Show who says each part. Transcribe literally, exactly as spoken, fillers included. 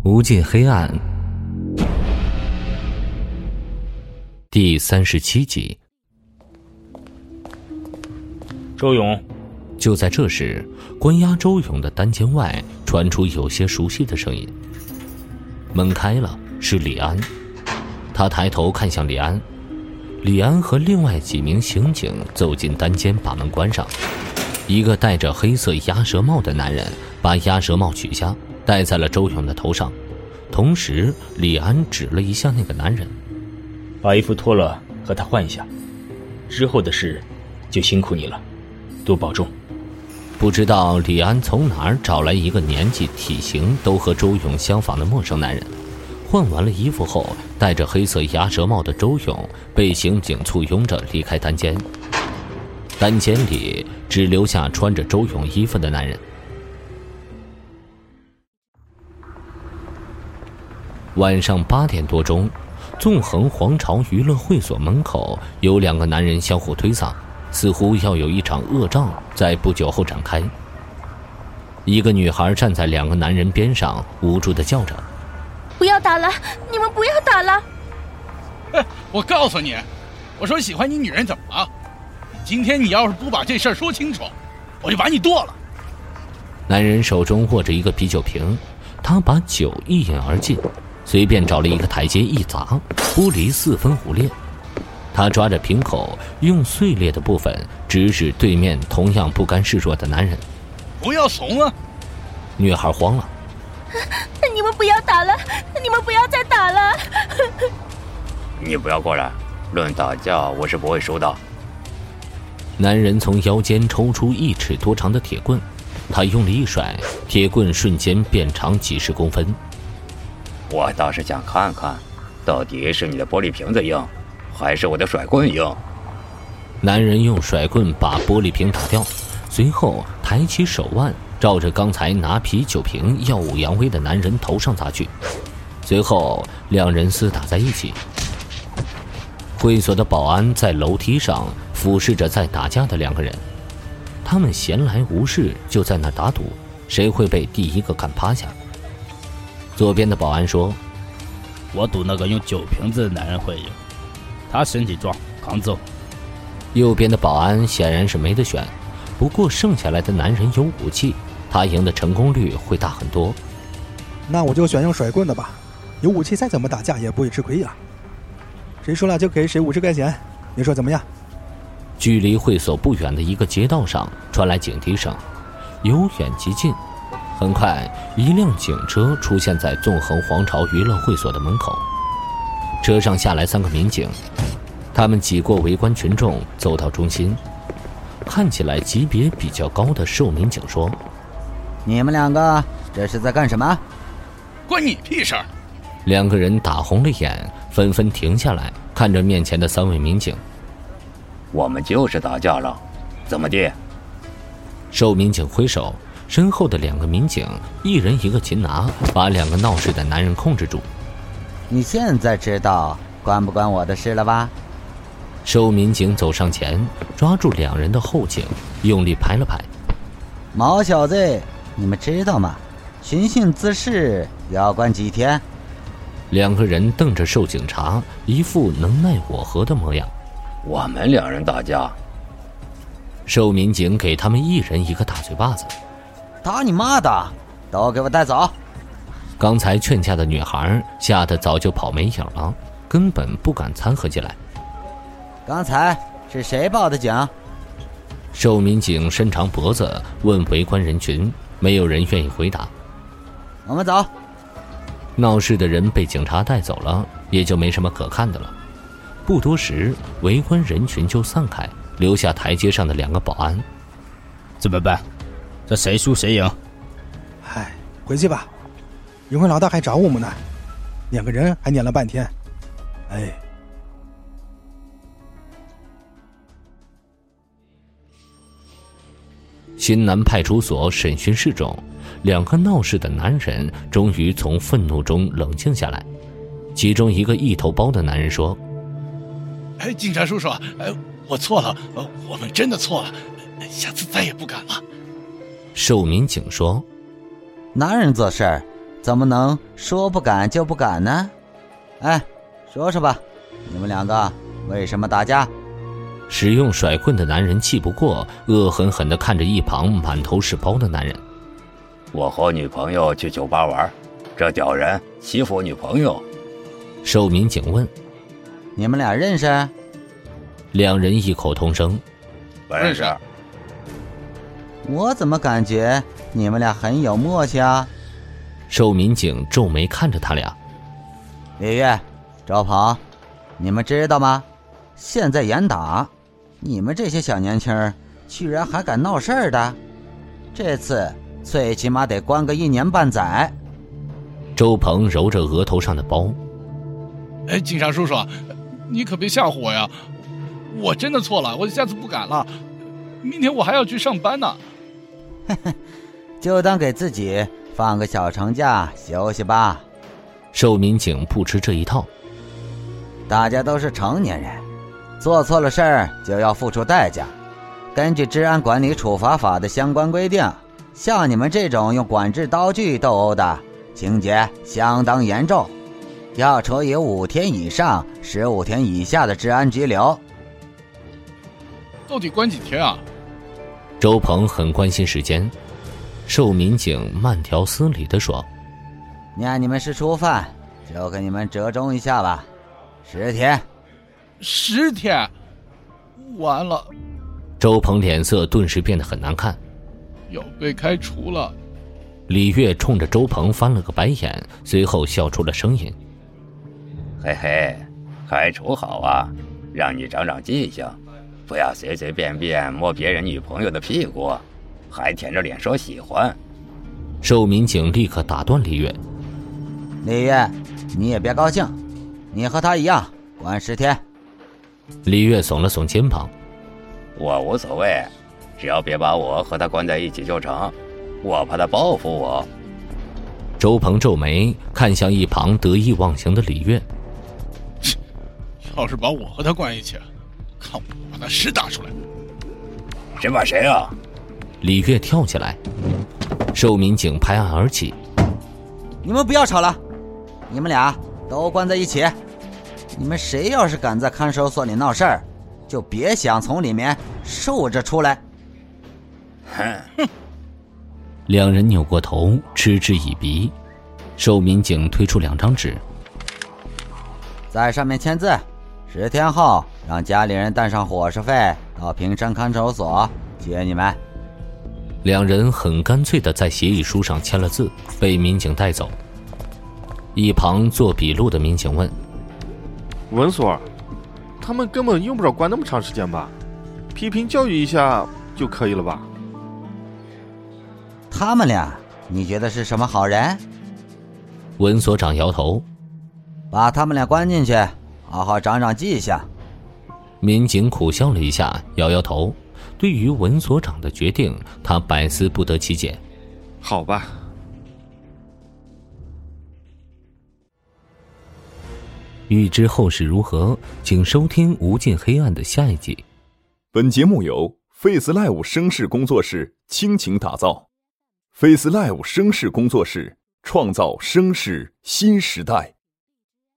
Speaker 1: 无尽黑暗第三十七集。
Speaker 2: 周勇。
Speaker 1: 就在这时，关押周勇的单间外传出有些熟悉的声音。门开了，是李安。他抬头看向李安，李安和另外几名刑警走进单间，把门关上。一个戴着黑色鸭舌帽的男人把鸭舌帽取下，戴在了周勇的头上。同时李安指了一下那个男人，
Speaker 2: 把衣服脱了和他换一下，之后的事就辛苦你了，多保重。
Speaker 1: 不知道李安从哪儿找来一个年纪体型都和周勇相仿的陌生男人。换完了衣服后，戴着黑色鸭舌帽的周勇被刑警簇拥着离开单间。单间里只留下穿着周勇衣服的男人。晚上八点多钟，纵横皇朝娱乐会所门口有两个男人相互推搡，似乎要有一场恶仗在不久后展开。一个女孩站在两个男人边上，无助地叫着：
Speaker 3: 不要打了，你们不要打了！
Speaker 4: 哎，我告诉你，我说喜欢你女人怎么了？今天你要是不把这事儿说清楚，我就把你剁了。
Speaker 1: 男人手中握着一个啤酒瓶，他把酒一饮而尽，随便找了一个台阶一砸，玻璃四分五裂。他抓着瓶口，用碎裂的部分直指对面同样不甘示弱的男人。
Speaker 4: 不要怂啊！
Speaker 1: 女孩慌了。
Speaker 3: 你们不要打了，你们不要再打了！
Speaker 5: 你不要过来，论打架我是不会输的。
Speaker 1: 男人从腰间抽出一尺多长的铁棍，他用力一甩，铁棍瞬间变长几十公分。
Speaker 5: 我倒是想看看，到底是你的玻璃瓶子硬，还是我的甩棍硬？
Speaker 1: 男人用甩棍把玻璃瓶打掉，随后抬起手腕，照着刚才拿啤酒瓶耀武扬威的男人头上砸去。随后两人厮打在一起。会所的保安在楼梯上俯视着在打架的两个人，他们闲来无事就在那打赌，谁会被第一个干趴下。左边的保安说：
Speaker 6: 我赌那个用酒瓶子的男人会赢，他身体壮，扛揍。
Speaker 1: 右边的保安显然是没得选，不过剩下来的男人有武器，他赢的成功率会大很多。
Speaker 7: 那我就选用甩棍的吧，有武器再怎么打架也不会吃亏呀。谁输了就给谁五十块钱，你说怎么样？
Speaker 1: 距离会所不远的一个街道上传来警笛声，由远及近。很快，一辆警车出现在纵横皇朝娱乐会所的门口，车上下来三个民警，他们挤过围观群众，走到中心。看起来级别比较高的瘦民警说：
Speaker 8: 你们两个这是在干什么？
Speaker 4: 关你屁事儿！
Speaker 1: 两个人打红了眼，纷纷停下来看着面前的三位民警。
Speaker 5: 我们就是打架了，怎么地？
Speaker 1: 瘦民警挥手，身后的两个民警一人一个擒拿，把两个闹事的男人控制住。
Speaker 8: 你现在知道关不关我的事了吧？
Speaker 1: 瘦民警走上前，抓住两人的后颈，用力拍了拍。
Speaker 8: 毛小子，你们知道吗？寻衅滋事要关几天？
Speaker 1: 两个人瞪着瘦警察，一副能奈我何的模样。
Speaker 5: 我们两人打架？
Speaker 1: 瘦民警给他们一人一个大嘴巴子。
Speaker 8: 打你妈的，都给我带走！
Speaker 1: 刚才劝架的女孩吓得早就跑没影了，根本不敢掺和进来。
Speaker 8: 刚才是谁报的警？
Speaker 1: 瘦民警伸长脖子问围观人群，没有人愿意回答。
Speaker 8: 我们走。
Speaker 1: 闹事的人被警察带走了，也就没什么可看的了。不多时，围观人群就散开，留下台阶上的两个保安。
Speaker 6: 怎么办？这谁输谁赢？
Speaker 7: 唉，回去吧，一会儿老大还找我们呢，两个人还撵了半天。哎。
Speaker 1: 新南派出所审讯室中，两个闹事的男人终于从愤怒中冷静下来。其中一个一头包的男人说：
Speaker 4: 哎，警察叔叔，哎，我错了，我们真的错了，下次再也不敢了。
Speaker 1: 瘦民警说：
Speaker 8: 男人做事儿怎么能说不敢就不敢呢？哎，说说吧，你们两个为什么打架？
Speaker 1: 使用甩棍的男人气不过，恶狠狠地看着一旁满头是包的男人。
Speaker 5: 我和我女朋友去酒吧玩，这屌人欺负我女朋友。
Speaker 1: 寿民警问：
Speaker 8: 你们俩认识？
Speaker 1: 两人异口同声：
Speaker 5: 不认识。
Speaker 8: 我怎么感觉你们俩很有默契啊？
Speaker 1: 寿民警皱眉看着他俩。
Speaker 8: 李月、周鹏，你们知道吗？现在严打，你们这些小年轻居然还敢闹事儿的，这次最起码得关个一年半载。
Speaker 1: 周鹏揉着额头上的包。
Speaker 4: 哎，警察叔叔，你可别吓唬我呀！我真的错了，我下次不敢了。明天我还要去上班呢。
Speaker 8: 就当给自己放个小长假休息吧。
Speaker 1: 寿民警不吃这一套。
Speaker 8: 大家都是成年人，做错了事儿就要付出代价。根据治安管理处罚法的相关规定，像你们这种用管制刀具斗殴的，情节相当严重，要处以五天以上十五天以下的治安拘留。
Speaker 4: 到底关几天啊？
Speaker 1: 周鹏很关心时间。寿民警慢条斯理地说：
Speaker 8: 念你们是初犯，就给你们折中一下吧，十天。
Speaker 4: 十天？完了。
Speaker 1: 周鹏脸色顿时变得很难看。
Speaker 4: 要被开除了。
Speaker 1: 李月冲着周鹏翻了个白眼，随后笑出了声音：
Speaker 5: 嘿嘿，开除好啊，让你长长记性，不要随随便便摸别人女朋友的屁股，还舔着脸说喜欢。
Speaker 1: 寿民警立刻打断李月：
Speaker 8: 李月，你也别高兴，你和他一样关十天。
Speaker 1: 李月耸了耸肩膀：
Speaker 5: 我无所谓，只要别把我和他关在一起就成，我怕他报复我。
Speaker 1: 周鹏皱眉看向一旁得意忘形的李月：
Speaker 4: 要是把我和他关一起，看我把他屎打出来。
Speaker 5: 谁把谁啊？
Speaker 1: 李月跳起来。寿民警拍案而起：
Speaker 8: 你们不要吵了，你们俩都关在一起，你们谁要是敢在看守所里闹事儿，就别想从里面竖着出来。
Speaker 5: 哼！
Speaker 1: 两人扭过头嗤之以鼻。寿民警推出两张纸：
Speaker 8: 在上面签字，十天后让家里人带上伙食费到平山看守所接你们。
Speaker 1: 两人很干脆地在协议书上签了字，被民警带走。一旁做笔录的民警问：
Speaker 9: 文所，他们根本用不着关那么长时间吧？批评教育一下就可以了吧？
Speaker 8: 他们俩你觉得是什么好人？
Speaker 1: 文所长摇头：
Speaker 8: 把他们俩关进去，好好长长记性。
Speaker 1: 民警苦笑了一下，摇摇头。对于文所长的决定，他百思不得其解。
Speaker 9: 好吧。
Speaker 1: 欲知后事如何，请收听《无尽黑暗》的下一集。
Speaker 10: 本节目由 Face Live 声势工作室倾情打造。Face Live 声势工作室创造声势新时代。